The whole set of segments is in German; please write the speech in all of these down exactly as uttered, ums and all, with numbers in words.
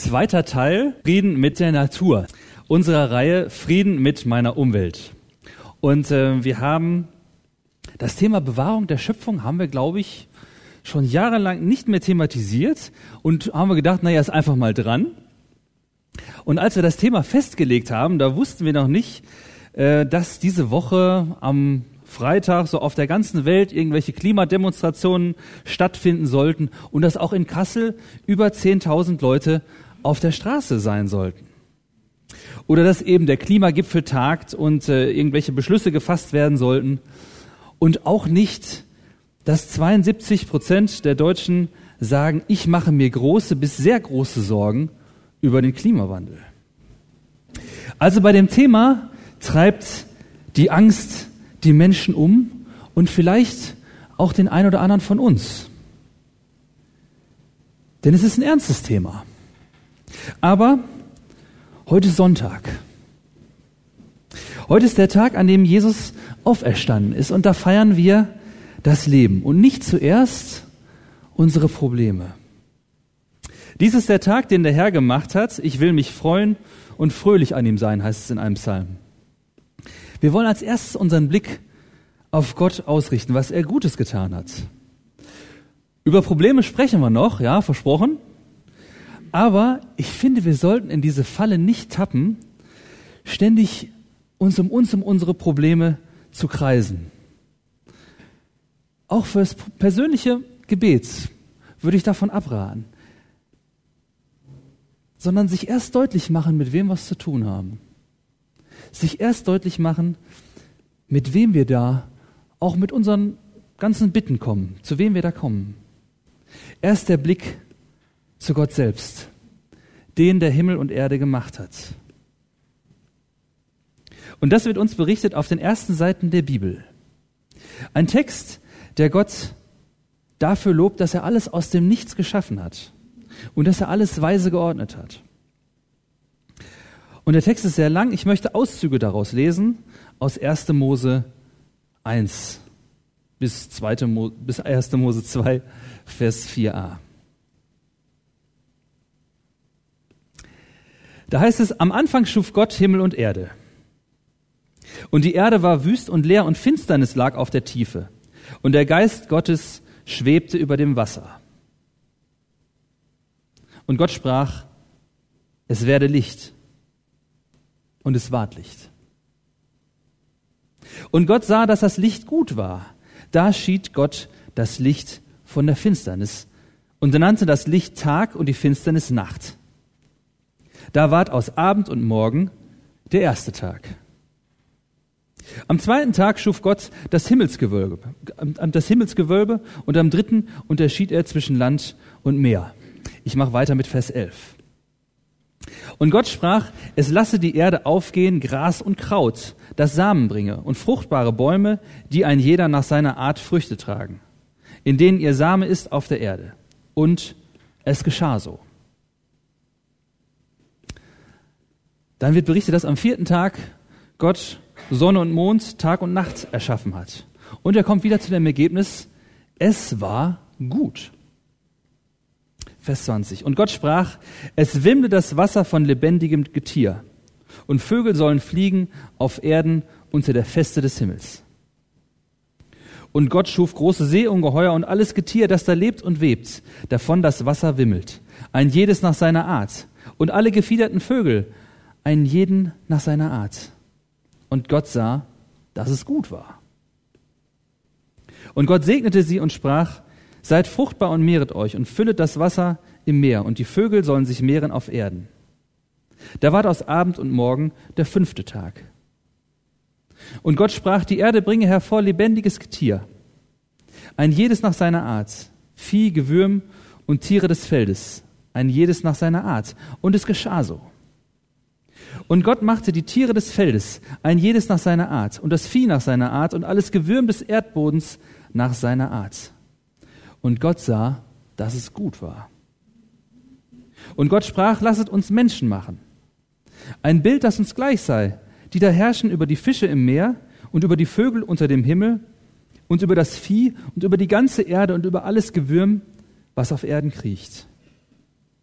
Zweiter Teil, Frieden mit der Natur, unserer Reihe Frieden mit meiner Umwelt. Und äh, wir haben das Thema Bewahrung der Schöpfung, haben wir, glaube ich, schon jahrelang nicht mehr thematisiert und haben wir gedacht, naja, ist einfach mal dran. Und als wir das Thema festgelegt haben, da wussten wir noch nicht, äh, dass diese Woche am Freitag so auf der ganzen Welt irgendwelche Klimademonstrationen stattfinden sollten und dass auch in Kassel über zehntausend Leute auf der Straße sein sollten. Oder dass eben der Klimagipfel tagt und äh, irgendwelche Beschlüsse gefasst werden sollten. Und auch nicht, dass zweiundsiebzig Prozent der Deutschen sagen, ich mache mir große bis sehr große Sorgen über den Klimawandel. Also bei dem Thema treibt die Angst die Menschen um und vielleicht auch den einen oder anderen von uns. Denn es ist ein ernstes Thema. Aber heute ist Sonntag. Heute ist der Tag, an dem Jesus auferstanden ist und da feiern wir das Leben und nicht zuerst unsere Probleme. Dies ist der Tag, den der Herr gemacht hat. Ich will mich freuen und fröhlich an ihm sein, heißt es in einem Psalm. Wir wollen als erstes unseren Blick auf Gott ausrichten, was er Gutes getan hat. Über Probleme sprechen wir noch, ja, versprochen. Aber ich finde, wir sollten in diese Falle nicht tappen, ständig uns um uns, um unsere Probleme zu kreisen. Auch fürs persönliche Gebet würde ich davon abraten. Sondern sich erst deutlich machen, mit wem wir es zu tun haben. Sich erst deutlich machen, mit wem wir da auch mit unseren ganzen Bitten kommen, zu wem wir da kommen. Erst der Blick zu Gott selbst, den der Himmel und Erde gemacht hat. Und das wird uns berichtet auf den ersten Seiten der Bibel. Ein Text, der Gott dafür lobt, dass er alles aus dem Nichts geschaffen hat und dass er alles weise geordnet hat. Und der Text ist sehr lang. Ich möchte Auszüge daraus lesen, aus erster Mose eins bis, zweite Mo- bis erster Mose zwei, Vers vier a. Da heißt es, am Anfang schuf Gott Himmel und Erde. Und die Erde war wüst und leer und Finsternis lag auf der Tiefe. Und der Geist Gottes schwebte über dem Wasser. Und Gott sprach, es werde Licht. Und es ward Licht. Und Gott sah, dass das Licht gut war. Da schied Gott das Licht von der Finsternis und nannte das Licht Tag und die Finsternis Nacht. Da ward aus Abend und Morgen der erste Tag. Am zweiten Tag schuf Gott das Himmelsgewölbe, das Himmelsgewölbe und am dritten unterschied er zwischen Land und Meer. Ich mache weiter mit Vers elf. Und Gott sprach, es lasse die Erde aufgehen, Gras und Kraut, das Samen bringe, und fruchtbare Bäume, die ein jeder nach seiner Art Früchte tragen, in denen ihr Same ist auf der Erde. Und es geschah so. Dann wird berichtet, dass am vierten Tag Gott Sonne und Mond, Tag und Nacht erschaffen hat. Und er kommt wieder zu dem Ergebnis, es war gut. Vers zwanzig. Und Gott sprach, es wimmle das Wasser von lebendigem Getier, und Vögel sollen fliegen auf Erden unter der Feste des Himmels. Und Gott schuf große Seeungeheuer und alles Getier, das da lebt und webt, davon das Wasser wimmelt, ein jedes nach seiner Art, und alle gefiederten Vögel, einen jeden nach seiner Art. Und Gott sah, dass es gut war. Und Gott segnete sie und sprach, seid fruchtbar und mehret euch und füllet das Wasser im Meer, und die Vögel sollen sich mehren auf Erden. Da ward aus Abend und Morgen der fünfte Tag. Und Gott sprach, die Erde bringe hervor lebendiges Getier, ein jedes nach seiner Art, Vieh, Gewürm und Tiere des Feldes, ein jedes nach seiner Art. Und es geschah so. Und Gott machte die Tiere des Feldes, ein jedes nach seiner Art, und das Vieh nach seiner Art, und alles Gewürm des Erdbodens nach seiner Art. Und Gott sah, dass es gut war. Und Gott sprach, lasset uns Menschen machen. Ein Bild, das uns gleich sei, die da herrschen über die Fische im Meer und über die Vögel unter dem Himmel und über das Vieh und über die ganze Erde und über alles Gewürm, was auf Erden kriecht.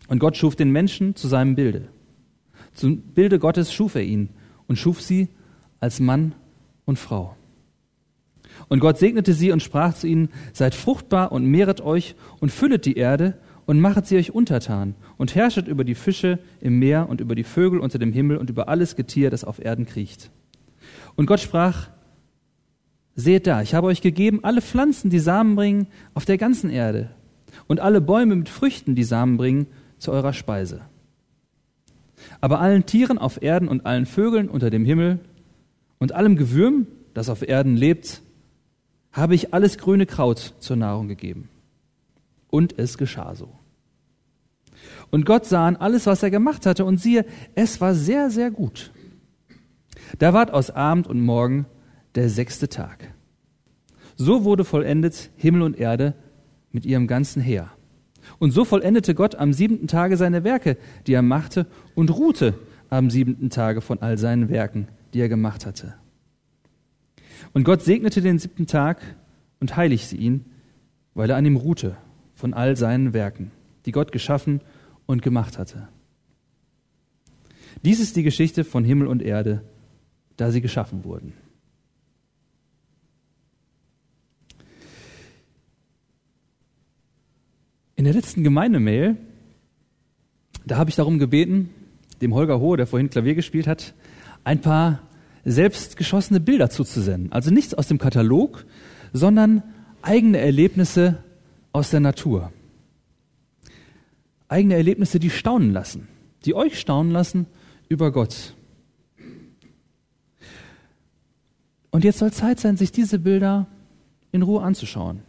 Und Gott schuf den Menschen zu seinem Bilde. Zum Bilde Gottes schuf er ihn und schuf sie als Mann und Frau. Und Gott segnete sie und sprach zu ihnen: Seid fruchtbar und mehret euch und füllet die Erde und machet sie euch untertan und herrschet über die Fische im Meer und über die Vögel unter dem Himmel und über alles Getier, das auf Erden kriecht. Und Gott sprach: Seht da, ich habe euch gegeben alle Pflanzen, die Samen bringen, auf der ganzen Erde, und alle Bäume mit Früchten, die Samen bringen, zu eurer Speise. Aber allen Tieren auf Erden und allen Vögeln unter dem Himmel und allem Gewürm, das auf Erden lebt, habe ich alles grüne Kraut zur Nahrung gegeben. Und es geschah so. Und Gott sah an alles, was er gemacht hatte, und siehe, es war sehr, sehr gut. Da ward aus Abend und Morgen der sechste Tag. So wurde vollendet Himmel und Erde mit ihrem ganzen Heer. Und so vollendete Gott am siebenten Tage seine Werke, die er machte, und ruhte am siebenten Tage von all seinen Werken, die er gemacht hatte. Und Gott segnete den siebten Tag und heiligte ihn, weil er an ihm ruhte von all seinen Werken, die Gott geschaffen und gemacht hatte. Dies ist die Geschichte von Himmel und Erde, da sie geschaffen wurden. In der letzten Gemeindemail, da habe ich darum gebeten, dem Holger Hohe, der vorhin Klavier gespielt hat, ein paar selbst geschossene Bilder zuzusenden. Also nichts aus dem Katalog, sondern eigene Erlebnisse aus der Natur. Eigene Erlebnisse, die staunen lassen, die euch staunen lassen über Gott. Und jetzt soll Zeit sein, sich diese Bilder in Ruhe anzuschauen.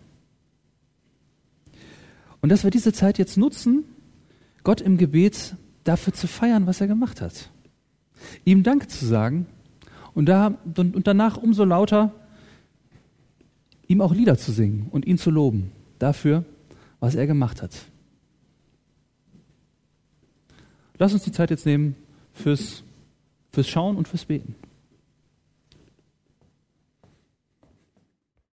Und dass wir diese Zeit jetzt nutzen, Gott im Gebet dafür zu feiern, was er gemacht hat. Ihm Dank zu sagen und, da, und danach umso lauter ihm auch Lieder zu singen und ihn zu loben dafür, was er gemacht hat. Lass uns die Zeit jetzt nehmen fürs, fürs Schauen und fürs Beten.